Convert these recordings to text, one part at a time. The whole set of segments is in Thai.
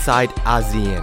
Inside ASEAN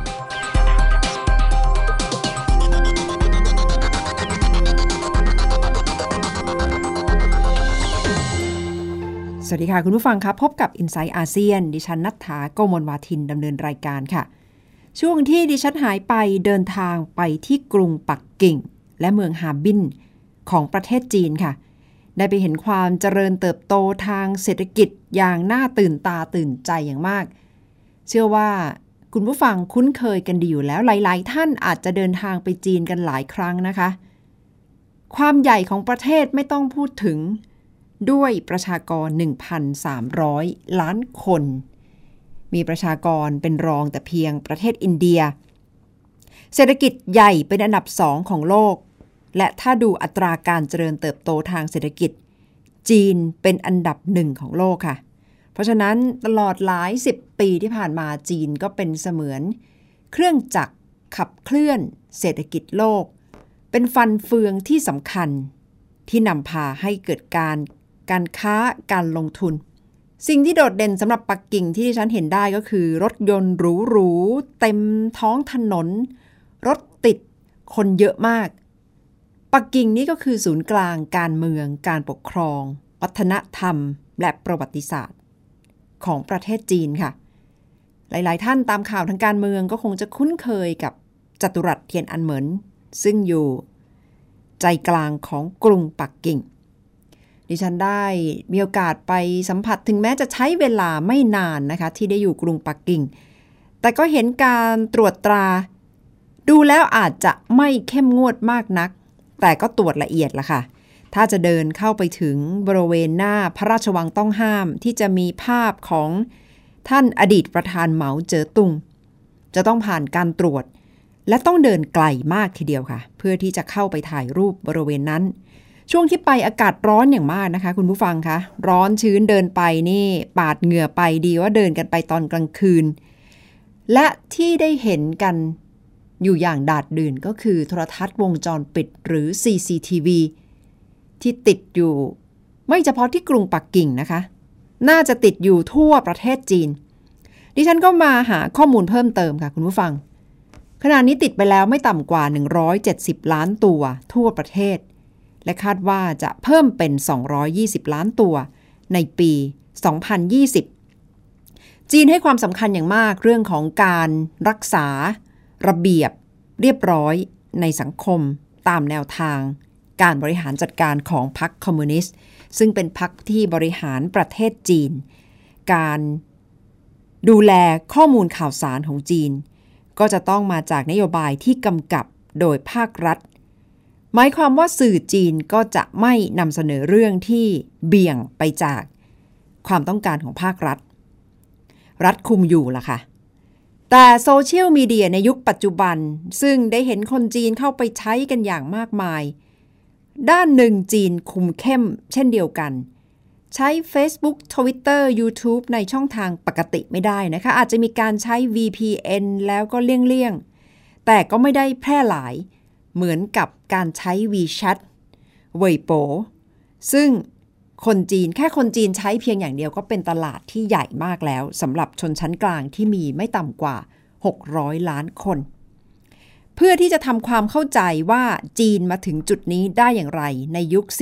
สวัสดีค่ะคุณผู้ฟังครับพบกับ Inside ASEAN ดิฉันณัฐฐา โกมลวาทินดำเนินรายการค่ะช่วงที่ดิฉันหายไปเดินทางไปที่กรุงปักกิ่งและเมืองฮาร์บินของประเทศจีนค่ะได้ไปเห็นความเจริญเติบโตทางเศรษฐกิจอย่างน่าตื่นตาตื่นใจอย่างมากเชื่อว่าคุณผู้ฟังคุ้นเคยกันดีอยู่แล้วหลายๆท่านอาจจะเดินทางไปจีนกันหลายครั้งนะคะความใหญ่ของประเทศไม่ต้องพูดถึงด้วยประชากร 1,300 ล้านคนมีประชากรเป็นรองแต่เพียงประเทศอินเดียเศรษฐกิจใหญ่เป็นอันดับ2ของโลกและถ้าดูอัตราการเจริญเติบโตทางเศรษฐกิจจีนเป็นอันดับ1ของโลกค่ะเพราะฉะนั้นตลอดหลาย10ปีที่ผ่านมาจีนก็เป็นเสมือนเครื่องจักรขับเคลื่อนเศรษฐกิจโลกเป็นฟันเฟืองที่สำคัญที่นำพาให้เกิดการค้าการลงทุนสิ่งที่โดดเด่นสำหรับปักกิ่งที่ดิฉันเห็นได้ก็คือรถยนต์หรูๆเต็มท้องถนนรถติดคนเยอะมากปักกิ่งนี้ก็คือศูนย์กลางการเมืองการปกครองวัฒนธรรมและประวัติศาสตร์ของประเทศจีนค่ะหลายๆท่านตามข่าวทางการเมืองก็คงจะคุ้นเคยกับจัตุรัสเทียนอันเหมินซึ่งอยู่ใจกลางของกรุงปักกิ่งดิฉันได้มีโอกาสไปสัมผัสถึงแม้จะใช้เวลาไม่นานนะคะที่ได้อยู่กรุงปักกิ่งแต่ก็เห็นการตรวจตราดูแล้วอาจจะไม่เข้มงวดมากนักแต่ก็ตรวจละเอียดละค่ะถ้าจะเดินเข้าไปถึงบริเวณหน้าพระราชวังต้องห้ามที่จะมีภาพของท่านอดีตประธานเหมาเจ๋อตุงจะต้องผ่านการตรวจและต้องเดินไกลมากทีเดียวค่ะเพื่อที่จะเข้าไปถ่ายรูปบริเวณนั้นช่วงที่ไปอากาศร้อนอย่างมากนะคะคุณผู้ฟังคะร้อนชื้นเดินไปนี่ปาดเหงื่อไปดีว่าเดินกันไปตอนกลางคืนและที่ได้เห็นกันอยู่อย่างดาดดื่นก็คือโทรทัศน์วงจรปิดหรือ CCTV ที่ติดอยู่ไม่เฉพาะที่กรุงปักกิ่งนะคะน่าจะติดอยู่ทั่วประเทศจีนดิฉันก็มาหาข้อมูลเพิ่มเติมค่ะคุณผู้ฟังขณะนี้ติดไปแล้วไม่ต่ำกว่า170ล้านตัวทั่วประเทศและคาดว่าจะเพิ่มเป็น220ล้านตัวในปี2020จีนให้ความสำคัญอย่างมากเรื่องของการรักษาระเบียบเรียบร้อยในสังคมตามแนวทางการบริหารจัดการของพรรคคอมมิวนิสต์ซึ่งเป็นพรรคที่บริหารประเทศจีนการดูแลข้อมูลข่าวสารของจีนก็จะต้องมาจากนโยบายที่กำกับโดยภาครัฐหมายความว่าสื่อจีนก็จะไม่นำเสนอเรื่องที่เบี่ยงไปจากความต้องการของภาครัฐคุมอยู่ล่ะค่ะแต่โซเชียลมีเดียในยุคปัจจุบันซึ่งได้เห็นคนจีนเข้าไปใช้กันอย่างมากมายด้านหนึ่งจีนคุมเข้มเช่นเดียวกันใช้ Facebook Twitter YouTube ในช่องทางปกติไม่ได้นะคะอาจจะมีการใช้ VPN แล้วก็เลี่ยงแต่ก็ไม่ได้แพร่หลายเหมือนกับการใช้ WeChat เว่ยโป๋ซึ่งแค่คนจีนใช้เพียงอย่างเดียวก็เป็นตลาดที่ใหญ่มากแล้วสำหรับชนชั้นกลางที่มีไม่ต่ำกว่า600ล้านคนเพื่อที่จะทำความเข้าใจว่าจีนมาถึงจุดนี้ได้อย่างไรในยุค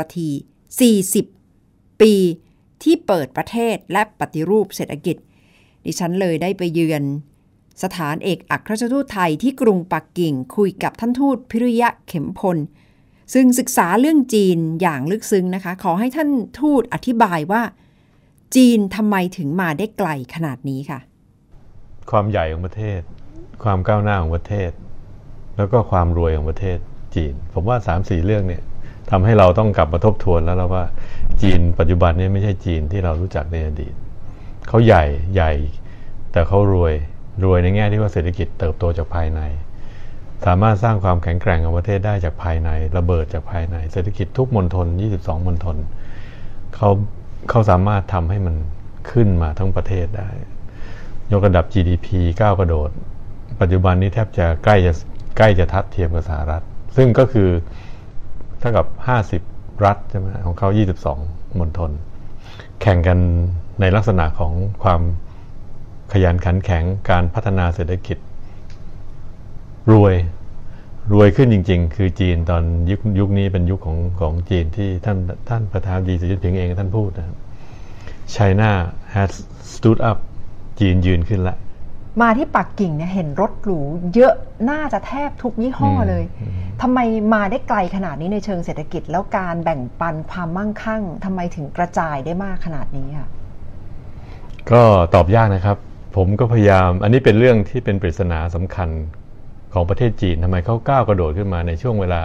40 ปีที่เปิดประเทศและปฏิรูปเศรษฐกิจดิฉันเลยได้ไปเยือนสถานเอกอัครราชทูตไทยที่กรุงปักกิ่งคุยกับท่านทูตพิริยะเข็มพลซึ่งศึกษาเรื่องจีนอย่างลึกซึ้งนะคะขอให้ท่านทูตอธิบายว่าจีนทำไมถึงมาได้ไกลขนาดนี้ค่ะความใหญ่ของประเทศความก้าวหน้าของประเทศแล้วก็ความรวยของประเทศจีนผมว่า 3-4 เรื่องเนี่ยทำให้เราต้องกลับมาทบทวนแล้วว่าจีนปัจจุบันนี้ไม่ใช่จีนที่เรารู้จักในอดีตเขาใหญ่แต่เขารวยในแง่ที่ว่าเศรษฐกิจเติบโตจากภายในสามารถสร้างความแข็งแกร่งของประเทศได้จากภายในระเบิดจากภายในเศรษฐกิจทุกมณฑล22มณฑลเขาสามารถทำให้มันขึ้นมาทั้งประเทศได้ยกระดับ GDP ก้าวกระโดดปัจจุบันนี้แทบจะใกล้จะทัดเทียมกับสหรัฐซึ่งก็คือเท่ากับ50รัฐใช่ไหมของเขา22มณฑลแข่งกันในลักษณะของความขยันขันแข็งการพัฒนาเศรษฐกิจรวยขึ้นจริงๆคือจีนตอนยุคนี้เป็นยุคของจีนที่ท่านประธานาธิบดีสีจิ้นผิงเองท่านพูดนะครับ China has stood up จีนยืนขึ้นละมาที่ปักกิ่งเนี่ยเห็นรถหรูเยอะน่าจะแทบทุกยี่ห้อเลยทำไมมาได้ไกลขนาดนี้ในเชิงเศรษฐกิจแล้วการแบ่งปันความมั่งคั่งทำไมถึงกระจายได้มากขนาดนี้ค่ะก็ตอบยากนะครับผมก็พยายามอันนี้เป็นเรื่องที่เป็นปริศนาสำคัญของประเทศจีนทำไมเขาก้าวกระโดดขึ้นมาในช่วงเวลา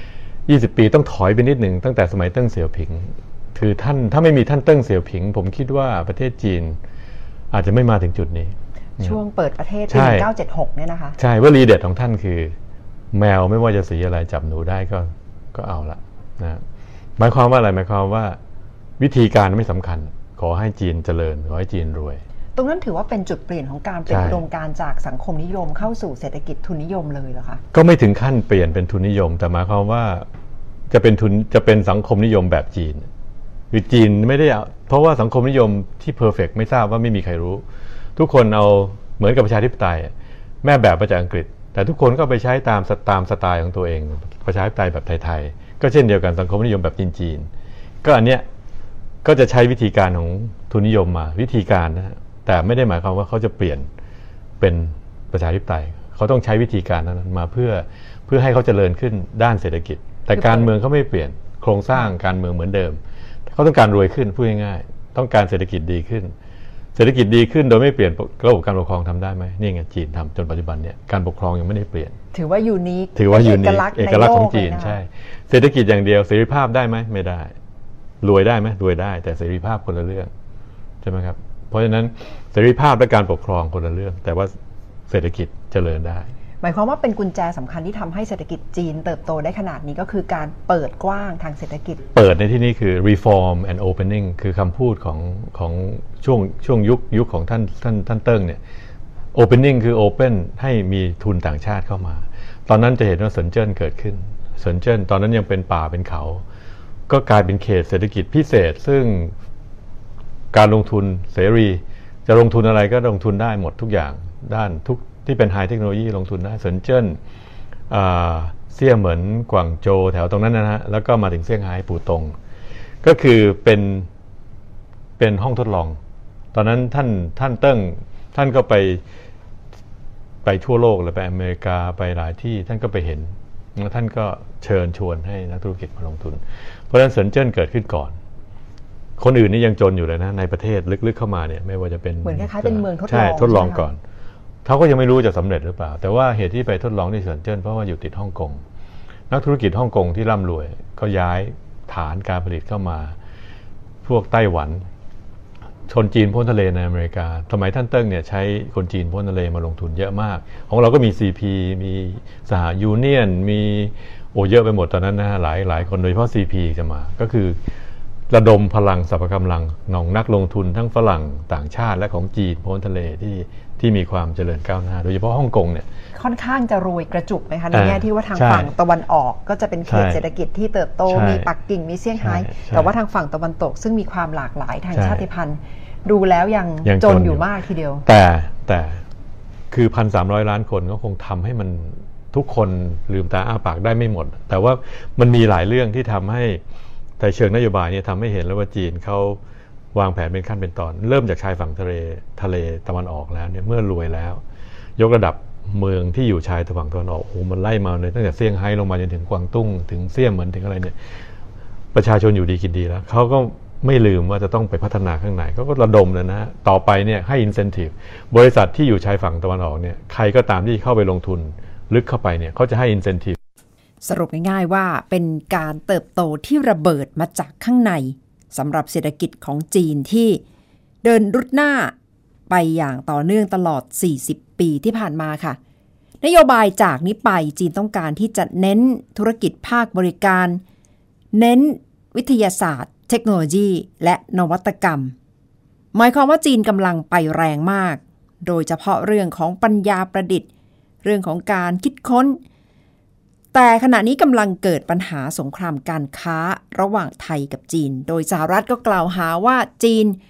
20 ปีต้องถอยไปนิดหนึ่งตั้งแต่สมัยเติ้งเสี่ยวผิงคือท่านถ้าไม่มีท่านเติ้งเสี่ยวผิงผมคิดว่าประเทศจีนอาจจะไม่มาถึงจุดนี้ช่วงเปิดประเทศปี1976เนี่ยนะคะใช่วลีเด็ดของท่านคือแมวไม่ว่าจะสีอะไรจับหนูได้ก็เอาละนะหมายความว่าอะไรหมายความว่าวิธีการไม่สำคัญขอให้จีนเจริญขอให้จีนรวยตรงนั้นถือว่าเป็นจุดเปลี่ยนของการเปลี่ยนอุดมการณ์จากสังคมนิยมเข้าสู่เศรษฐกิจทุนนิยมเลยเหรอคะก็ไม่ถึงขั้นเปลี่ยนเป็นทุนนิยมแต่หมายความว่าจะเป็นสังคมนิยมแบบจีนคือจีนไม่ได้เพราะว่าสังคมนิยมที่เพอร์เฟกต์ไม่ทราบว่าไม่มีใครรู้ทุกคนเอาเหมือนกับประชาธิปไตยแม่แบบมาจากอังกฤษแต่ทุกคนก็ไปใช้ตามสไตล์ของตัวเองประชาธิปไตยแบบไทยๆก็เช่นเดียวกันสังคมนิยมแบบจีนก็อันเนี้ยก็จะใช้วิธีการของทุนนิยมมาวิธีการนะแต่ไม่ได้หมายความว่าเขาจะเปลี่ยนเป็นประชาธิปไตยเขาต้องใช้วิธีการนั้นมาเพื่อให้เขาเจริญขึ้นด้านเศรษฐกิจแต่การเมืองเขาไม่เปลี่ยนโครงสร้างการเมืองเหมือนเดิมเขาต้องการรวยขึ้นพูดง่ายๆต้องการเศรษฐกิจดีขึ้นเศรษฐกิจดีขึ้นโดยไม่เปลี่ยนระบบการปกครองทำได้ไหมนี่ไงจีนทำจนปัจจุบันเนี่ยการปกครองยังไม่ได้เปลี่ยนถือว่ายูนิคเอกลักษณ์ของจีนใช่เศรษฐกิจอย่างเดียวเสรีภาพได้ไหมไม่ได้รวยได้ไหมรวยได้แต่เสรีภาพคนละเรื่องใช่ไหมครับเพราะฉะนั้นเสรีภาพและการปกครองคนละเรื่องแต่ว่าเศรษฐกิจเจริญได้หมายความว่าเป็นกุญแจสำคัญที่ทำให้เศรษฐกิจจีนเติบโตได้ขนาดนี้ก็คือการเปิดกว้างทางเศรษฐกิจเปิดในที่นี้คือ reform and opening คือคำพูดของช่วงยุคของท่านเติ้งเนี่ย opening คือ open ให้มีทุนต่างชาติเข้ามาตอนนั้นจะเห็นว่าเซินเจิ้นเกิดขึ้นเซินเจิ้นตอนนั้นยังเป็นป่าเป็นเขาก็กลายเป็นเขตเศรษฐกิจพิเศษซึ่งการลงทุนเสรีจะลงทุนอะไรก็ลงทุนได้หมดทุกอย่างด้านทุกที่เป็นไฮเทคโนโลยีลงทุนได้เซินเจิ้นเซี่ยเหมินกวางโจวแถวตรงนั้นนะฮะแล้วก็มาถึงเซี่ยงไฮ้ปู่ตงก็คือเป็นห้องทดลองตอนนั้นท่านเติ้งท่านก็ไปทั่วโลกเลยไปอเมริกาไปหลายที่ท่านก็ไปเห็นแล้วท่านก็เชิญชวนให้นักธุรกิจมาลงทุนเพราะฉะนั้นเซินเจิ้นเกิดขึ้นก่อนคนอื่นนี่ยังจนอยู่เลยนะในประเทศลึกๆเข้ามาเนี่ยไม่ว่าจะเป็นเหมือนคล้ายๆเป็นเมืองทดลองใช่ทดลองก่อนเขาก็ยังไม่รู้จะสำเร็จหรือเปล่าแต่ว่าเหตุที่ไปทดลองที่เซินเจิ้นเพราะว่าอยู่ติดฮ่องกงนักธุรกิจฮ่องกงที่ร่ำรวยก็ย้ายฐานการผลิตเข้ามาพวกไต้หวันชนจีนพ้นทะเลในอเมริกาสมัยท่านเติ้งเนี่ยใช้คนจีนพ้นทะเลมาลงทุนเยอะมากของเราก็มี CP มีสหยูเนียนมีเยอะไปหมดตอนนั้นนะหลายคนโดยเฉพาะ CP จะมาก็คือระดมพลังสรรพกำลังของนักลงทุนทั้งฝรั่งต่างชาติและของจีนพ้นทะเลที่มีความเจริญก้าวหน้าโดยเฉพาะฮ่องกงเนี่ยค่อนข้างจะรวยกระจุกไหมคะในแง่ที่ว่าทางฝั่งตะวันออกก็จะเป็นเขตเศรษฐกิจที่เติบโตมีปักกิ่งมีเซี่ยงไฮ้แต่ว่าทางฝั่งตะวันตกซึ่งมีความหลากหลายทางชาติพันธุ์ดูแล้วยังจนอยู่มากทีเดียวแต่คือ 1,300 ล้านคนก็คงทำให้มันทุกคนลืมตาอ้าปากได้ไม่หมดแต่ว่ามันมีหลายเรื่องที่ทำให้แต่เชิงนโยบายเนี่ยทำให้เห็นแล้วว่าจีนเขาวางแผนเป็นขั้นเป็นตอนเริ่มจากชายฝั่งทะเลตะวันออกแล้วเนี่ยเมื่อรวยแล้วยกระดับเมืองที่อยู่ชายฝั่งตะวันออกมันไล่มาเลยตั้งแต่เซี่ยงไฮ้ลงมาจนถึงกวางตุ้งถึงเซี่ยเหมินถึงอะไรเนี่ยประชาชนอยู่ดีกินดีแล้วเขาก็ไม่ลืมว่าจะต้องไปพัฒนาข้างในก็ระดมเลยนะต่อไปเนี่ยให้ incentive บริษัทที่อยู่ชายฝั่งตะวันออกเนี่ยใครก็ตามที่เข้าไปลงทุนลึกเข้าไปเนี่ยเขาจะให้ incentive สรุปง่ายๆว่าเป็นการเติบโตที่ระเบิดมาจากข้างในสำหรับเศรษฐกิจของจีนที่เดินรุดหน้าไปอย่างต่อเนื่องตลอด40ปีที่ผ่านมาค่ะนโยบายจากนี้ไปจีนต้องการที่จะเน้นธุรกิจภาคบริการเน้นวิทยาศาสตร์เทคโนโลยีและนวัตกรรมหมายความว่าจีนกำลังไปแรงมากโดยเฉพาะเรื่องของปัญญาประดิษฐ์เรื่องของการคิดค้นแต่ขณะนี้กำลังเกิดปัญหาสงครามการค้าระหว่างไทยกับจีนโดยสหรัฐก็กล่าวหาว่าจีน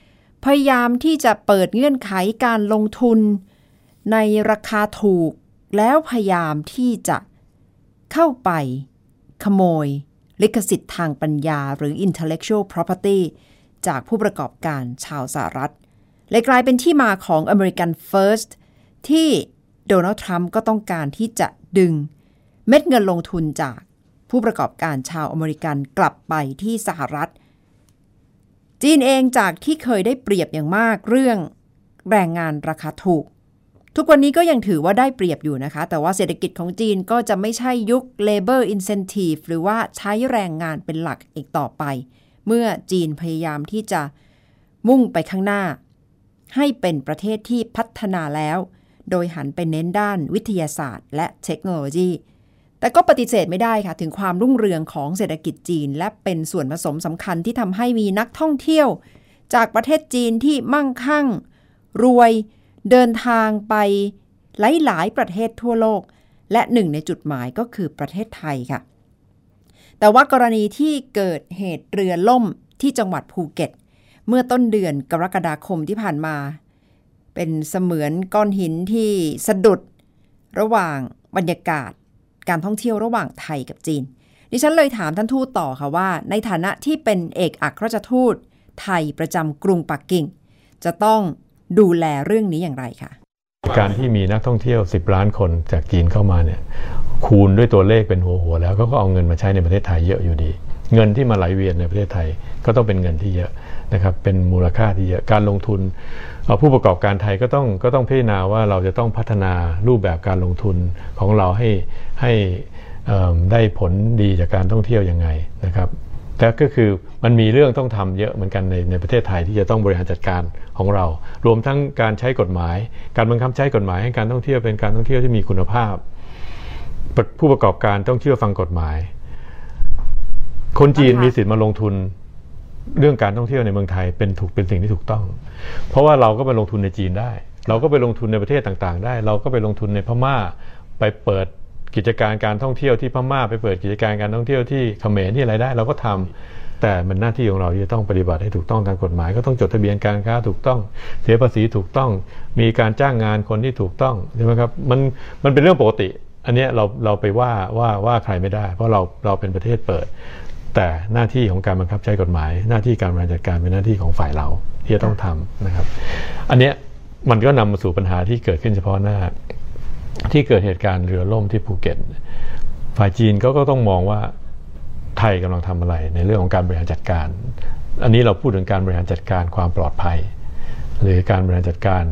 พยายามที่จะเปิดเงื่อนไขการลงทุนในราคาถูกแล้วพยายามที่จะเข้าไปขโมยลิขสิทธิ์ทางปัญญาหรือ intellectual property จากผู้ประกอบการชาวสหรัฐเลยกลายเป็นที่มาของ American First ที่โดนัลด์ทรัมป์ก็ต้องการที่จะดึงเม็ดเงินลงทุนจากผู้ประกอบการชาวอเมริกันกลับไปที่สหรัฐจีนเองจากที่เคยได้เปรียบอย่างมากเรื่องแรงงานราคาถูกทุกวันนี้ก็ยังถือว่าได้เปรียบอยู่นะคะแต่ว่าเศรษฐกิจของจีนก็จะไม่ใช่ยุค labor incentive หรือว่าใช้แรงงานเป็นหลักอีกต่อไปเมื่อจีนพยายามที่จะมุ่งไปข้างหน้าให้เป็นประเทศที่พัฒนาแล้วโดยหันไปเน้นด้านวิทยาศาสตร์และเทคโนโลยีแต่ก็ปฏิเสธไม่ได้ค่ะถึงความรุ่งเรืองของเศรษฐกิจจีนและเป็นส่วนผสมสำคัญที่ทำให้มีนักท่องเที่ยวจากประเทศจีนที่มั่งคั่งรวยเดินทางไปหลายๆประเทศทั่วโลกและหนึ่งในจุดหมายก็คือประเทศไทยค่ะแต่ว่ากรณีที่เกิดเหตุเรือล่มที่จังหวัดภูเก็ตเมื่อต้นเดือนกรกฎาคมที่ผ่านมาเป็นเสมือนก้อนหินที่สะดุดระหว่างบรรยากาศการท่องเที่ยวระหว่างไทยกับจีนดิฉันเลยถามท่านทูตต่อค่ะว่าในฐานะที่เป็นเอกอัครราชทูตไทยประจำกรุงปักกิ่งจะต้องดูแลเรื่องนี้อย่างไรคะการที่มีนักท่องเที่ยว10 ล้านคนจากจีนเข้ามาเนี่ยคูณด้วยตัวเลขเป็นหัวแล้วก็เอาเงินมาใช้ในประเทศไทยเยอะอยู่ดีเงินที่มาไหลเวียนในประเทศไทยก็ต้องเป็นเงินที่เยอะนะครับเป็นมูลค่าที่เยอะการลงทุนผู้ประกอบการไทยก็ต้องพิจารณาว่าเราจะต้องพัฒนารูปแบบการลงทุนของเราให้ได้ผลดีจากการท่องเที่ยวยังไงนะครับแต่ก็คือมันมีเรื่องต้องทำเยอะเหมือนกันในประเทศไทยที่จะต้องบริหารจัดการของเรารวมทั้งการใช้กฎหมายการบังคับใช้กฎหมายให้การท่องเที่ยวเป็นการท่องเที่ยวที่มีคุณภาพผู้ประกอบการต้องเชื่อฟังกฎหมายคนจีนมีสิทธิ์มาลงทุนเรื่องการท่องเที่ยวในเมืองไทยเป็นสิ่งที่ถูกต้องเพราะว่าเราก็ไปลงทุนในจีนได้เราก็ไปลงทุนในประเทศต่างๆได้เราก็ไปลงทุนในพม่าไปเปิดกิจการการท่องเที่ยวที่พม่าไปเปิดกิจการการท่องเที่ยวที่เขมรที่อะไรได้เราก็ทำแต่มันหน้าที่ของเราที่จะต้องปฏิบัติให้ถูกต้องตามกฎหมายก็ต้องจดทะเบียนการค้าถูกต้องเสียภาษีถูกต้องมีการจ้างงานคนที่ถูกต้องใช่ไหมครับมันเป็นเรื่องปกติอันนี้เราไปว่าใครไม่ได้เพราะเราเป็นประเทศเปิดแต่หน้าที่ของการบังคับใช้กฎหมายหน้าที่การบริหารจัดการเป็นหน้าที่ของฝ่ายเราที่จะต้องทำนะครับอันนี้มันก็นำมาสู่ปัญหาที่เกิดขึ้นเฉพาะหน้าที่เกิดเหตุการณ์เรือล่มที่ภูเก็ตฝ่ายจีนก็ต้องมองว่าไทยกำลังทำอะไรในเรื่องของการบริหารจัดการอันนี้เราพูดถึงการบริหารจัดการความปลอดภัยหรือการบริหารจัดการ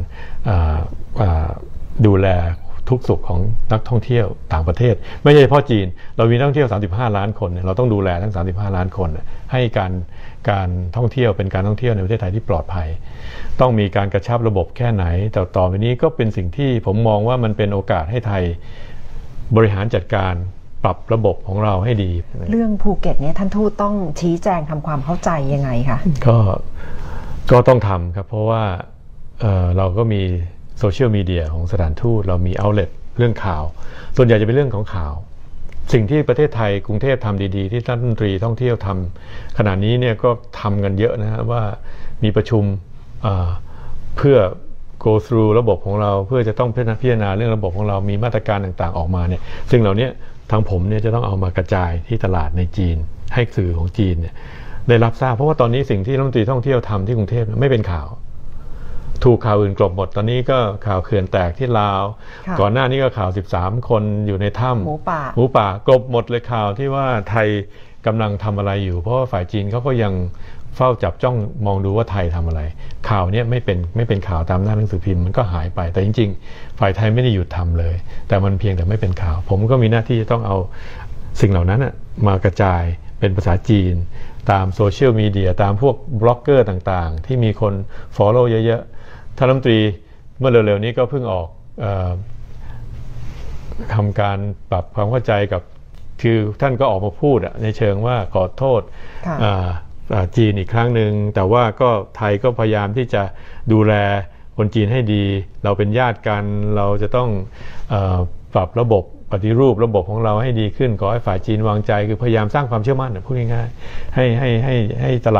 ดูแลทุกสุขของนักท่องเที่ยวต่างประเทศไม่ใช่เฉพาะจีนเรามีนักท่องเที่ยว35 ล้านคนเราต้องดูแลทั้ง35 ล้านคนให้การท่องเที่ยวเป็นการท่องเที่ยวในประเทศไทยที่ปลอดภัยต้องมีการกระชับระบบแค่ไหนแต่ต่อไปนี้ก็เป็นสิ่งที่ผมมองว่ามันเป็นโอกาสให้ไทยบริหารจัดการปรับระบบของเราให้ดีเรื่องภูเก็ตเนี่ยท่านทูตต้องชี้แจงทำความเข้าใจยังไงคะก็ต้องทำครับเพราะว่าเราก็มีโซเชียลมีเดียของสถานทูตเรามีเอาท์เล็ตเรื่องข่าวส่วนใหญ่จะเป็นเรื่องของข่าวสิ่งที่ประเทศไทยกรุงเทพทำดีๆที่ท่านรัฐมนตรีท่องเที่ยวทำขณะนี้เนี่ยก็ทำกันเยอะนะฮะว่ามีประชุมเพื่อ go through ระบบของเราเพื่อจะต้องพิจารณาเรื่องระบบของเรามีมาตรการต่างๆออกมาเนี่ยซึ่งเหล่านี้ทางผมเนี่ยจะต้องเอามากระจายที่ตลาดในจีนให้สื่อของจีนเนี่ยได้รับทราบเพราะว่าตอนนี้สิ่งที่รัฐมนตรีท่องเที่ยวทำที่กรุงเทพไม่เป็นข่าวถูกข่าวอื่นกลบหมดตอนนี้ก็ข่าวเขื่อนแตกที่ลาวก่อนหน้านี้ก็ข่าว13 คนอยู่ในถ้ำหมูป่ากลบหมดเลยข่าวที่ว่าไทยกำลังทำอะไรอยู่เพราะว่าฝ่ายจีนเขาก็ยังเฝ้าจับจ้องมองดูว่าไทยทำอะไรข่าวนี้ไม่เป็นข่าวตามหน้าหนังสือพิมพ์มันก็หายไปแต่จริงๆฝ่ายไทยไม่ได้หยุดทำเลยแต่มันเพียงแต่ไม่เป็นข่าวผมก็มีหน้าที่จะต้องเอาสิ่งเหล่านั้นมากระจายเป็นภาษาจีนตามโซเชียลมีเดียตามพวกบล็อกเกอร์ต่างๆที่มีคน follow เยอะๆท่านรัฐมนตรีเมื่อเร็วๆนี้ก็เพิ่งออกทำการปรับความเข้าใจกับคือท่านก็ออกมาพูดในเชิงว่าขอโทษจีนอีกครั้งหนึ่งแต่ว่าก็ไทยก็พยายามที่จะดูแลคนจีนให้ดีเราเป็นญาติกันเราจะต้องปรับระบบปฏิรูประบบของเราให้ดีขึ้นขอให้ฝ่ายจีนวางใจคือพยายามสร้างความเชื่อมั่นพูดง่ายๆให้ตลาด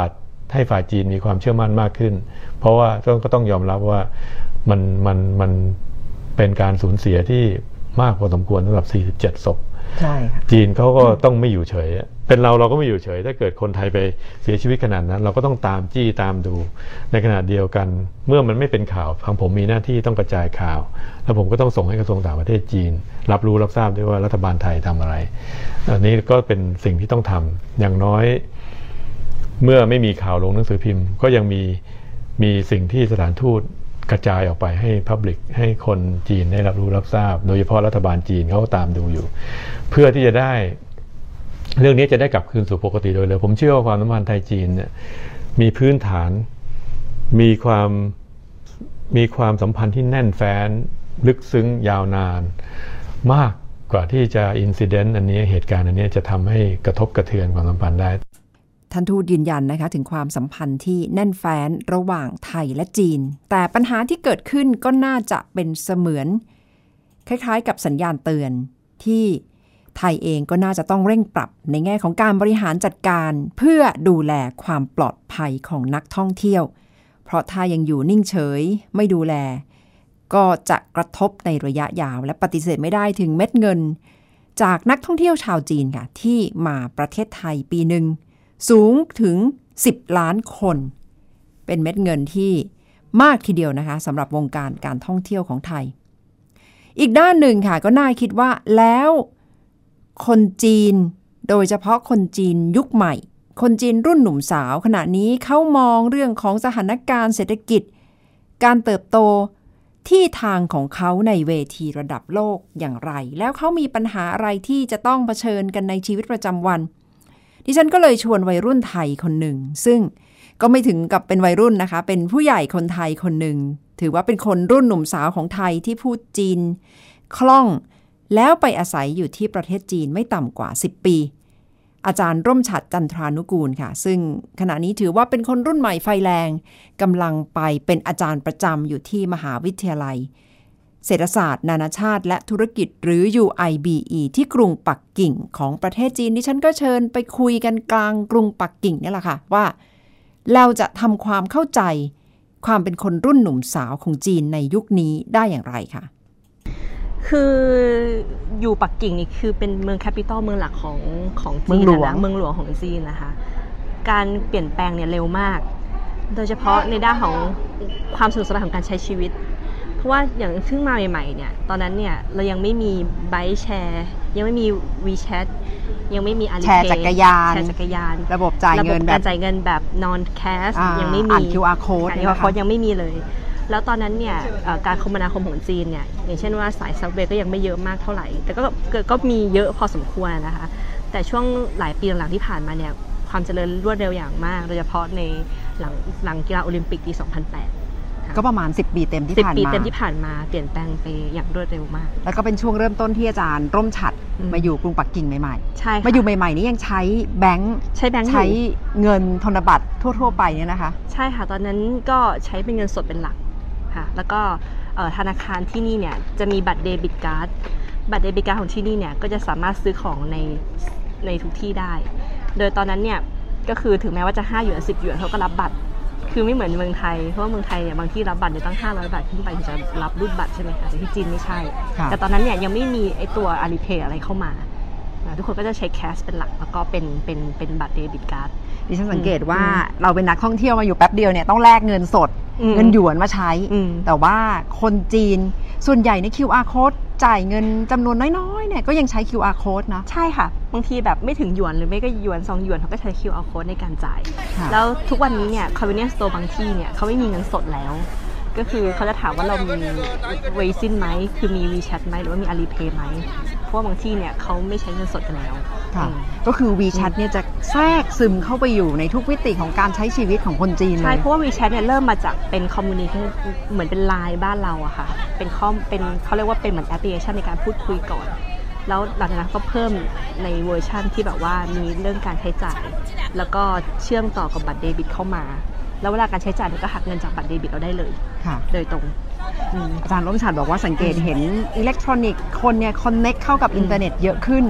ให้ฝ่ายจีนมีความเชื่อมั่นมากขึ้นเพราะว่าก็ต้องยอมรับว่ามันเป็นการสูญเสียที่มากพอสมควรสำหรับ47ศพใช่ค่ะจีนเขาก็ต้องไม่อยู่เฉยเป็นเราก็ไม่อยู่เฉยถ้าเกิดคนไทยไปเสียชีวิตขนาดนั้นเราก็ต้องตามจี้ตามดูในขณะเดียวกันเมื่อมันไม่เป็นข่าวทางผมมีหน้าที่ต้องกระจายข่าวแล้วผมก็ต้องส่งให้กระทรวงต่างประเทศจีนรับรู้รับทราบด้วยว่ารัฐบาลไทยทำอะไรอันนี้ก็เป็นสิ่งที่ต้องทำอย่างน้อยเมื่อไม่มีข่าวลงหนังสือพิมพ์ก็ยังมีสิ่งที่สถานทูตกระจายออกไปให้ Public ให้คนจีนได้รับรู้รับทราบโดยเฉพาะรัฐบาลจีนเขาตามดูอยู่เพื่อที่จะได้เรื่องนี้จะได้กลับคืนสู่ปกติโดยเร็วผมเชื่อว่าความสัมพันธ์ไทยจีนเนี่ยมีพื้นฐานมีความสัมพันธ์ที่แน่นแฟ้นลึกซึ้งยาวนานมากกว่าที่จะอินซิเดนต์อันนี้เหตุการณ์อันนี้จะทำให้กระทบกระเทือนความสัมพันธ์ได้ท่านทูตยืนยันนะคะถึงความสัมพันธ์ที่แน่นแฟ้นระหว่างไทยและจีนแต่ปัญหาที่เกิดขึ้นก็น่าจะเป็นเสมือนคล้ายๆกับสัญญาณเตือนที่ไทยเองก็น่าจะต้องเร่งปรับในแง่ของการบริหารจัดการเพื่อดูแลความปลอดภัยของนักท่องเที่ยวเพราะถ้ายังอยู่นิ่งเฉยไม่ดูแลก็จะกระทบในระยะยาวและปฏิเสธไม่ได้ถึงเม็ดเงินจากนักท่องเที่ยวชาวจีนค่ะที่มาประเทศไทยปีหนึ่งสูงถึง10 ล้านคนเป็นเม็ดเงินที่มากทีเดียวนะคะสำหรับวงการการท่องเที่ยวของไทยอีกด้านหนึ่งค่ะก็น่าคิดว่าแล้วคนจีนโดยเฉพาะคนจีนยุคใหม่คนจีนรุ่นหนุ่มสาวขณะนี้เขามองเรื่องของสถานการณ์เศรษฐกิจการเติบโตที่ทางของเขาในเวทีระดับโลกอย่างไรแล้วเขามีปัญหาอะไรที่จะต้องเผชิญกันในชีวิตประจำวันดิฉันก็เลยชวนวัยรุ่นไทยคนหนึ่งซึ่งก็ไม่ถึงกับเป็นวัยรุ่นนะคะเป็นผู้ใหญ่คนไทยคนหนึ่งถือว่าเป็นคนรุ่นหนุ่มสาวของไทยที่พูดจีนคล่องแล้วไปอาศัยอยู่ที่ประเทศจีนไม่ต่ำกว่า10 ปีอาจารย์ร่มฉัตรจันทรานุกูลค่ะซึ่งขณะนี้ถือว่าเป็นคนรุ่นใหม่ไฟแรงกำลังไปเป็นอาจารย์ประจำอยู่ที่มหาวิทยาลัยเศรษฐศาสตร์นานาชาติและธุรกิจหรือ UIBE ที่กรุงปักกิ่งของประเทศจีนดิฉันก็เชิญไปคุยกันกลางกรุงปักกิ่งนี่แหละค่ะว่าเราจะทำความเข้าใจความเป็นคนรุ่นหนุ่มสาวของจีนในยุคนี้ได้อย่างไรคะคืออยู่ปักกิ่งนี่คือเป็นเมืองแคปิตอลเมืองหลักของจีนนะเมืองหลวงของจีนนะคะการเปลี่ยนแปลงเนี่ยเร็วมากโดยเฉพาะในด้านของความสะดวกสบายของการใช้ชีวิตเพราะว่าอย่างเพิ่งมาใหม่ๆเนี่ยตอนนั้นเนี่ยเรายังไม่มีไบค์แชร์ยังไม่มี WeChat ยังไม่มี Alipay แชร์จักรยานระบบจ่ายเงินแบบ non cash ยังไม่มี QR code ยังไม่มีเลยแล้วตอนนั้นเนี่ยการคมนาคมของจีนเนี่ยอย่างเช่นว่าสายซับเวย์ก็ยังไม่เยอะมากเท่าไหร่แต่ก็มีเยอะพอสมควรนะคะแต่ช่วงหลายปีหลังที่ผ่านมาเนี่ยความเจริญรวดเร็วอย่างมากโดยเฉพาะในหลังกีฬาโอลิมปิกปี2008 ก็ประมาณ10 ปีเต็มที่ผ่านมา 10 ปีเต็มที่ผ่านมาเปลี่ยนแปลงไปอย่างรวดเร็วมากแล้วก็เป็นช่วงเริ่มต้นที่อาจารย์ร่มฉัตรมาอยู่กรุงปักกิ่งใหม่ๆใช่มาอยู่ใหม่ๆนี่ยังใช้แบงค์ใช้เงินธนบัตรทั่วๆไปเนี่ยนะคะใช่ค่ะตอนนั้นก็ใช้เป็นเงินสดเป็นหลักค่ะแล้วก็ธนาคารที่นี่เนี่ยจะมีบัตรเดบิตการ์ดของที่นี่เนี่ยก็จะสามารถซื้อของในทุกที่ได้โดยตอนนั้นเนี่ยก็คือถึงแม้ว่าจะ5 หยวน10 หยวนเขาก็รับบัตรคือไม่เหมือนเมืองไทยเพราะว่าเมืองไทยเนี่ยบางที่รับบัตรเนี่ยตั้ง500 บาทขึ้นไปถึงจะรับรุ่นบัตรใช่ไหมคะแต่ที่จีนไม่ใช่แต่ตอนนั้นเนี่ยยังไม่มีไอตัว Alipay อะไรเข้ามาทุกคนก็จะใช้แคชเป็นหลักแล้วก็เป็นบัตรเดบิตการ์ดดิฉันสังเกตว่าเราเป็นนักท่องเที่ยวมาอยู่แป๊บเดียวเนี่ยต้องแลกเงินสดเงินหยวนมาใช้แต่ว่าคนจีนส่วนใหญ่ใน QR code จ่ายเงินจำนวนน้อยๆเนี่ยก็ยังใช้ QR code นะใช่ค่ะบางทีแบบไม่ถึงหยวนหรือไม่ก็หยวน2 หยวนเขาก็ใช้ QR code ในการจ่ายแล้วทุกวันนี้เนี่ย convenience store บางที่เนี่ยเขาไม่มีเงินสดแล้วก็คือเขาจะถามว่าเรามี Weixin ไหมคือมี WeChat ไหมหรือว่ามี Alipay ไหมเพราะว่าบางที่เนี่ยเขาไม่ใช้เงินสดกันแล้วก็คือ WeChat เนี่ยจะแทรกซึมเข้าไปอยู่ในทุกมิติของการใช้ชีวิตของคนจีนเลยใช่เพราะว่า WeChat เนี่ยเริ่มมาจากเป็นคอมมูนิเคชั่นเหมือนเป็นไลน์บ้านเราอะค่ะเป็นเขาเรียกว่าเป็นเหมือนแอปพลิเคชันในการพูดคุยก่อนแล้วหลังจากนั้นก็เพิ่มในเวอร์ชันที่แบบว่ามีเรื่องการใช้จ่ายแล้วก็เชื่อมต่อกับบัตรเดบิตเข้ามาแล้วเวลาการใช้จ่ายก็หักเงินจากบัตรเดบิตเราได้เลยโดยตรงอาจารย์ร่มฉัตรบอกว่าสังเกตเห็นอิเล็กทรอนิกส์คนเนี่ยคอนเน็กเข้ากับอินเทอร์เน็ตเยอะขึ้น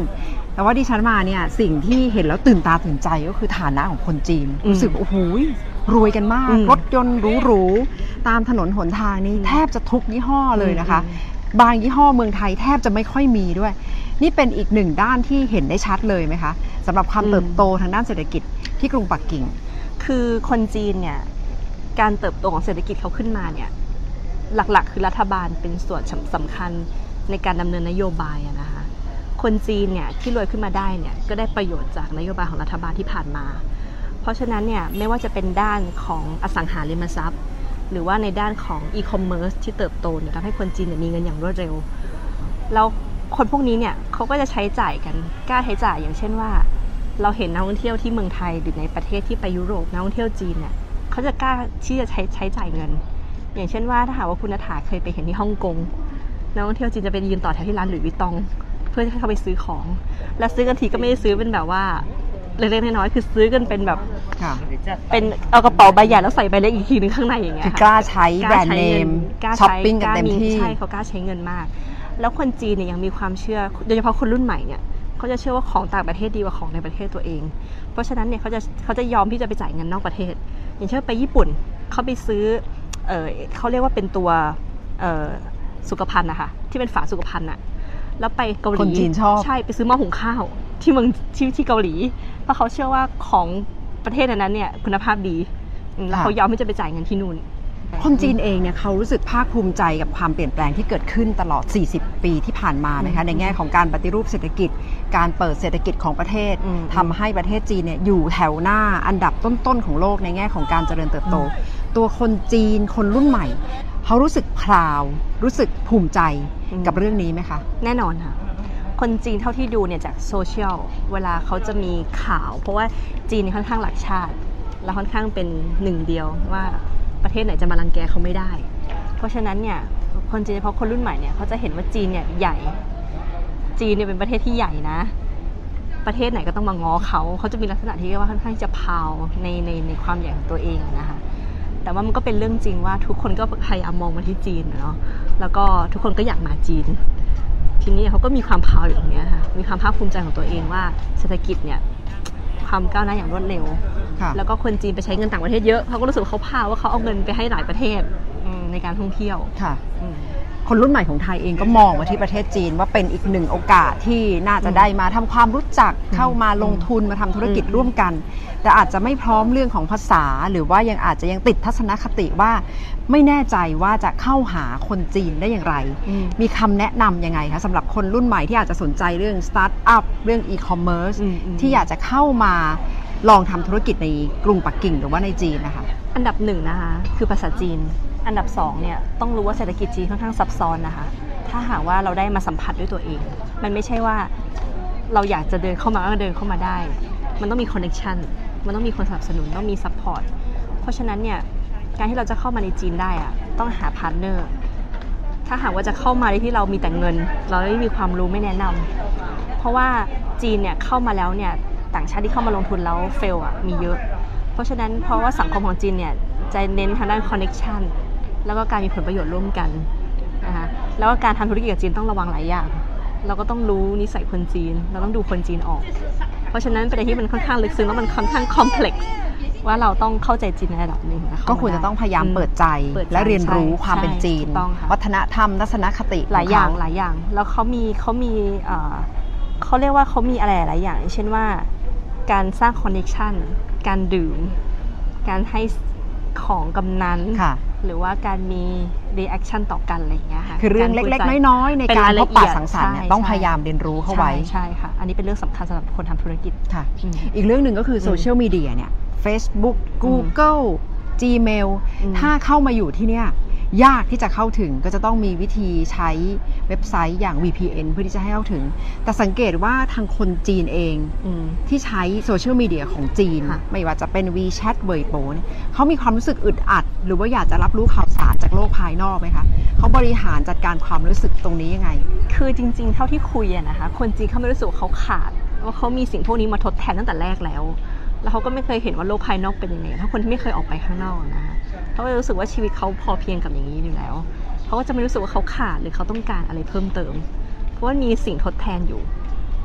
แต่ว่าดิฉันมาเนี่ยสิ่งที่เห็นแล้วตื่นตาตื่นใจก็คือฐานะของคนจีนรู้สึกโอ้โหรวยกันมากรถยนต์หรูๆตามถนนหนทางนี้แทบจะทุกยี่ห้อเลยนะคะบางยี่ห้อเมืองไทยแทบจะไม่ค่อยมีด้วยนี่เป็นอีกหนึ่งด้านที่เห็นได้ชัดเลยไหมคะสำหรับความเติบโตทางด้านเศรษฐกิจที่กรุงปักกิ่งคือคนจีนเนี่ยการเติบโตของเศรษฐกิจเขาขึ้นมาเนี่ยหลักๆคือรัฐบาลเป็นส่วนสำคัญในการดำเนินนโยบายนะคะคนจีนเนี่ยที่รวยขึ้นมาได้เนี่ยก็ได้ประโยชน์จากนโยบายของรัฐบาลที่ผ่านมาเพราะฉะนั้นเนี่ยไม่ว่าจะเป็นด้านของอสังหาริมทรัพย์หรือว่าในด้านของอีคอมเมิร์ซที่เติบโตเนี่ยทำให้คนจีนมีเงินอย่างรวดเร็วแล้วคนพวกนี้เนี่ยเขาก็จะใช้จ่ายกันกล้าใช้จ่ายอย่างเช่นว่าเราเห็นนักท่องเที่ยวที่เมืองไทยหรือในประเทศที่ไปยุโรปนักท่องเที่ยวจีนเนี่ยเขาจะกล้าที่จะใช้จ่ายเงินอย่างเช่นว่าถ้าหากว่าคุณณฐาเคยไปเห็นที่ฮ่องกงนักท่องเที่ยวจีนจะไปยืนต่อแถวที่ร้านหลุยส์วิตตองเพื่อให้เขาไปซื้อของและซื้อกันทีก็ไม่ได้ซื้อเป็นแบบว่าเล็กๆน้อยๆคือซื้อกันเป็นแบบเป็นเอากระเป๋าใบใหญ่แล้วใส่ใบเล็กอีกทีนึงข้างในอย่างเงี้ยคือกล้าใช้แบรนด์เนมช้อปปิ้งกันเต็มที่ใช่เขากล้าใช้เงินมากแล้วคนจีนเนี่ยยังมีความเชื่อโดยเฉพาะคนรุ่นใหม่เนี่ยเขาจะเชื่อว่าของต่างประเทศดีกว่าของในประเทศตัวเองเพราะฉะนั้นเนี่ยเขาจะยอมที่จะไปจ่ายเงินนอกประเทศอย่างเช่นไปญี่ปุ่นเขาไปซื้อเขาเรียกว่าเป็นตัวสุขภัณฑ์นะคะที่เป็นฝาสุขภัณฑ์อะแล้วไปเกาหลีคนจีนชอบใช่ไปซื้อหม้อหุงข้าวที่เมืองที่เกาหลีเพราะเขาเชื่อว่าของประเทศนั้นเนี่ยคุณภาพดีแล้วเขายอมที่จะไปจ่ายเงินที่นู่นคนจีนเองเนี่ยเขารู้สึกภาคภูมิใจกับความเปลี่ยนแปลงที่เกิดขึ้นตลอด40ปีที่ผ่านมานะคะในแง่ของการปฏิรูปเศรษฐกิจการเปิดเศรษฐกิจของประเทศทำให้ประเทศจีนเนี่ยอยู่แถวหน้าอันดับต้นๆของโลกในแง่ของการเจริญเติบโตตัวคนจีนคนรุ่นใหม่เขารู้สึกพราวรู้สึกภูมิใจกับเรื่องนี้ไหมคะแน่นอนค่ะคนจีนเท่าที่ดูเนี่ยจากโซเชียลเวลาเขาจะมีข่าวเพราะว่าจีนค่อนข้างหลักชาติและค่อนข้างเป็นหนึ่งเดียวว่าประเทศไหนจะมารังแกเขาไม่ได้เพราะฉะนั้นเนี่ยคนจีนเฉพาะคนรุ่นใหม่เนี่ยเขาจะเห็นว่าจีนเนี่ยใหญ่จีนเนี่ยเป็นประเทศที่ใหญ่นะประเทศไหนก็ต้องมาง้อเขาจะมีลักษณะที่ว่าค่อนข้างจะพาวในความใหญ่ของตัวเองนะคะแต่ว่ามันก็เป็นเรื่องจริงว่าทุกคนก็พยายามมองมาที่จีนเนาะแล้วก็ทุกคนก็อยากมาจีนทีนี้เขาก็มีความพาวอยู่ตรงนี้ค่ะมีความภาคภูมิใจของตัวเองว่าเศรษฐกิจเนี่ยความก้าวหน้าอย่างรวดเร็วแล้วก็คนจีนไปใช้เงินต่างประเทศเยอะเขาก็รู้สึกเขาพาวว่าเขาเอาเงินไปให้หลายประเทศในการท่องเที่ยวค่ะคนรุ่นใหม่ของไทยเองก็มองมาที่ประเทศจีนว่าเป็นอีกหนึ่งโอกาสที่น่าจะได้มาทำความรู้จักเข้ามาลงทุนมาทำธุรกิจร่วมกันแต่อาจจะไม่พร้อมเรื่องของภาษาหรือว่าอาจจะยังติดทัศนคติว่าไม่แน่ใจว่าจะเข้าหาคนจีนได้อย่างไรมีคำแนะนำยังไงคะสำหรับคนรุ่นใหม่ที่อาจจะสนใจเรื่องสตาร์ทอัพเรื่องอีคอมเมิร์ซที่อยากจะเข้ามาลองทำธุรกิจในกรุงปักกิ่งหรือว่าในจีนนะคะอันดับ1นะคะคือภาษาจีนอันดับ2เนี่ยต้องรู้ว่าเศรษฐกิจจีนค่อนข้างซับซ้อนนะคะถ้าหากว่าเราได้มาสัมผัสด้วยตัวเองมันไม่ใช่ว่าเราอยากจะเดินเข้ามาก็เดินเข้ามาได้มันต้องมีคอนเนคชั่นมันต้องมีคนสนับสนุนต้องมีซัพพอร์ตเพราะฉะนั้นเนี่ยการที่เราจะเข้ามาในจีนได้อะต้องหาพาร์ทเนอร์ถ้าหากว่าจะเข้ามาที่เรามีแต่เงินเราไม่มีความรู้ไม่แนะนำเพราะว่าจีนเนี่ยเข้ามาแล้วเนี่ยต่างชาติที่เข้ามาลงทุนแล้วเฟลอ่ะมีเยอะเพราะฉะนั้นเพราะว่าสังคมของจีนเนี่ยจะเน้นทางด้านคอนเนคชั่นแล้วก็การมีผลประโยชน์ร่วมกันนะคะแล้วก็การทำธุรกิจกับจีนต้องระวังหลายอย่างเราก็ต้องรู้นิสัยคนจีนเราต้องดูคนจีนออกเพราะฉะนั้นประเด็นที่มันค่อนข้างลึกซึ้งแล้วมันค่อนข้างคอมเพล็กซ์ว่าเราต้องเข้าใจจีนในระดับหนึ่งก็ควรจะต้องพยายามเปิดใจและเรียนรู้ความเป็นจีนวัฒนธรรมทัศนคติหลายอย่างแล้วเขามีเขาเรียกว่าเขามีอะไรหลายอย่างเช่นว่าการสร้างคอนเนคชั่นการดื่มการให้ของกำนันหรือว่าการมีรีแอคชั่นต่อกันอะไรอย่างเงี้ยค่ะคือเรื่องเล็กๆน้อยๆในการพบปะสังสรรค์เนี่ยต้องพยายามเรียนรู้เข้าไว้ใช่ค่ะอันนี้เป็นเรื่องสำคัญสำหรับคนทำธุรกิจค่ะอีกเรื่องหนึ่งก็คือโซเชียลมีเดียเนี่ย Facebook Google Gmail ถ้าเข้ามาอยู่ที่เนี่ยยากที่จะเข้าถึงก็จะต้องมีวิธีใช้เว็บไซต์อย่าง VPN เพื่อที่จะให้เข้าถึงแต่สังเกตว่าทางคนจีนเองที่ใช้โซเชียลมีเดียของจีนไม่ว่าจะเป็น WeChat เว่ยโป๋เขามีความรู้สึกอึดอัดหรือว่าอยากจะรับรู้ข่าวสารจากโลกภายนอกไหมคะเขาบริหารจัดการความรู้สึกตรงนี้ยังไงคือจริงๆเท่าที่คุยนะคะคนจีนเขาไม่รู้สึกว่าเขาขาดว่าเขามีสิ่งพวกนี้มาทดแทนตั้งแต่แรกแล้วเขาก็ไม่เคยเห็นว่าโลกภายนอกเป็นยังไงถ้าคนที่ไม่เคยออกไปข้างนอกนะคะเขาก็รู้สึกว่าชีวิตเขาพอเพียงกับอย่างนี้อยู่แล้วเขาก็จะไม่รู้สึกว่าเขาขาดหรือเขาต้องการอะไรเพิ่มเติมเพราะว่ามีสิ่งทดแทนอยู่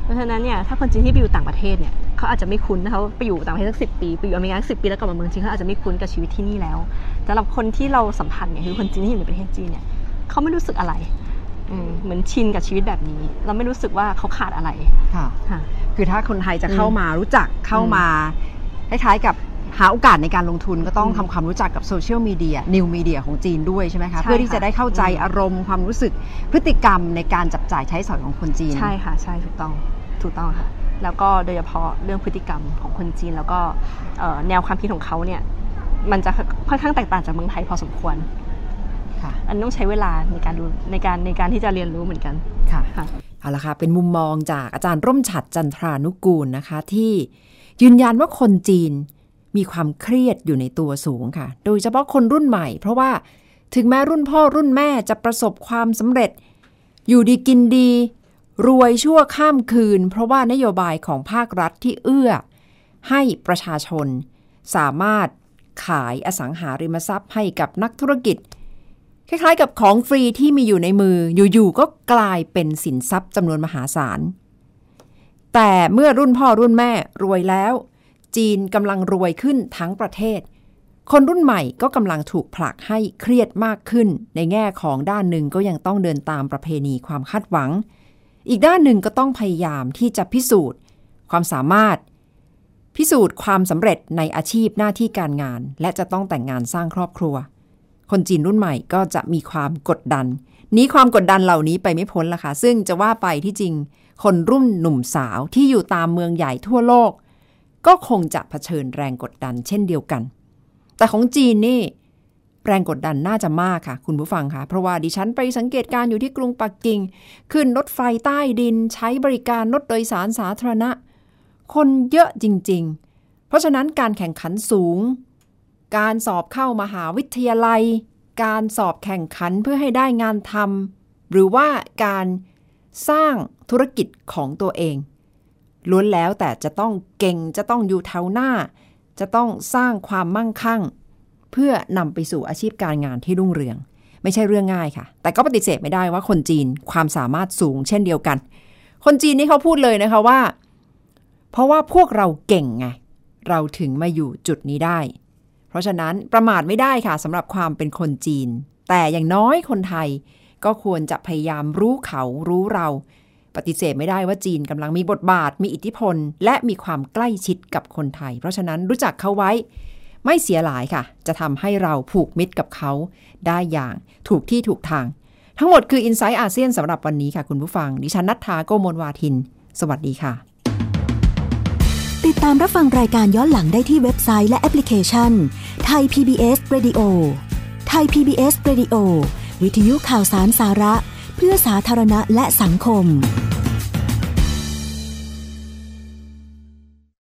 ราะฉะนั้นเนี่ยถ้าคนจีนที่ไปอยู่ต่างประเทศเนี่ยเขาอาจจะไม่คุ้นเขาไปอยู่ต่างประเทศสัก10 ปีไปอยู่อเมริกา10 ปีแล้วกลับมาเมืองจีนเขาอาจจะไม่คุ้นกับชีวิตที่นี่แล้วสำหรับคนที่เราสัมผัสเนี่ยคือคนจีนที่อยู่ในประเทศจีนเนี่ยเขาไม่รู้สึกอะไรเหมือนชินกับชีวิตแบบนี้เราไม่รู้สึกว่าเขาขาดอะไรค่ะคือถ้าคนไทยจะเข้ามารู้จักเข้ามาคล้ายๆกับหาโอกาสในการลงทุนก็ต้องทำความรู้จักกับโซเชียลมีเดียนิวมีเดียของจีนด้วยใช่ไหมคะเพื่อที่จะได้เข้าใจอารมณ์ความรู้สึกพฤติกรรมในการจับจ่ายใช้สอยของคนจีนใช่ค่ะใช่ถูกต้องค่ะแล้วก็โดยเฉพาะเรื่องพฤติกรรมของคนจีนแล้วก็แนวความคิดของเขาเนี่ยมันจะค่อนข้างแตกต่างจากเมืองไทยพอสมควรค่ะอันต้องใช้เวลาในการดูในการที่จะเรียนรู้เหมือนกันค่ะเอาละค่ะเป็นมุมมองจากอาจารย์ร่มฉัตรจันทรานุกูลนะคะที่ยืนยันว่าคนจีนมีความเครียดอยู่ในตัวสูงค่ะโดยเฉพาะคนรุ่นใหม่เพราะว่าถึงแม้รุ่นพ่อรุ่นแม่จะประสบความสำเร็จอยู่ดีกินดีรวยชั่วข้ามคืนเพราะว่านโยบายของภาครัฐที่เอื้อให้ประชาชนสามารถขายอสังหาริมทรัพย์ให้กับนักธุรกิจคล้ายๆกับของฟรีที่มีอยู่ในมืออยู่ๆก็กลายเป็นสินทรัพย์จำนวนมหาศาลแต่เมื่อรุ่นพ่อรุ่นแม่รวยแล้วจีนกำลังรวยขึ้นทั้งประเทศคนรุ่นใหม่ก็กำลังถูกผลักให้เครียดมากขึ้นในแง่ของด้านหนึ่งก็ยังต้องเดินตามประเพณีความคาดหวังอีกด้านหนึ่งก็ต้องพยายามที่จะพิสูจน์ความสามารถพิสูจน์ความสำเร็จในอาชีพหน้าที่การงานและจะต้องแต่งงานสร้างครอบครัวคนจีนรุ่นใหม่ก็จะมีความกดดันนี้ความกดดันเหล่านี้ไปไม่พ้นละค่ะซึ่งจะว่าไปที่จริงคนรุ่นหนุ่มสาวที่อยู่ตามเมืองใหญ่ทั่วโลกก็คงจะเผชิญแรงกดดันเช่นเดียวกันแต่ของจีนนี่แรงกดดันน่าจะมากค่ะคุณผู้ฟังค่ะเพราะว่าดิฉันไปสังเกตการอยู่ที่กรุงปักกิ่งขึ้นรถไฟใต้ดินใช้บริการรถโดยสารสาธารณะคนเยอะจริงๆเพราะฉะนั้นการแข่งขันสูงการสอบเข้ามหาวิทยาลัยการสอบแข่งขันเพื่อให้ได้งานทำหรือว่าการสร้างธุรกิจของตัวเองล้วนแล้วแต่จะต้องเก่งจะต้องอยู่แถวหน้าจะต้องสร้างความมั่งคั่งเพื่อนำไปสู่อาชีพการงานที่รุ่งเรืองไม่ใช่เรื่องง่ายค่ะแต่ก็ปฏิเสธไม่ได้ว่าคนจีนความสามารถสูงเช่นเดียวกันคนจีนนี่เขาพูดเลยนะคะว่าเพราะว่าพวกเราเก่งไงเราถึงมาอยู่จุดนี้ได้เพราะฉะนั้นประมาทไม่ได้ค่ะสำหรับความเป็นคนจีนแต่อย่างน้อยคนไทยก็ควรจะพยายามรู้เขารู้เราปฏิเสธไม่ได้ว่าจีนกำลังมีบทบาทมีอิทธิพลและมีความใกล้ชิดกับคนไทยเพราะฉะนั้นรู้จักเขาไว้ไม่เสียหลายค่ะจะทำให้เราผูกมิตรกับเขาได้อย่างถูกที่ถูกทางทั้งหมดคือ Insight อาเซียนสำหรับวันนี้ค่ะคุณผู้ฟังดิฉันณัฐฐา โกมลวาทินสวัสดีค่ะติดตามรับฟังรายการย้อนหลังได้ที่เว็บไซต์และแอปพลิเคชัน Thai PBS Radio Thai PBS Radio วิทยุข่าวสารสาระเพื่อสาธารณะและสังคม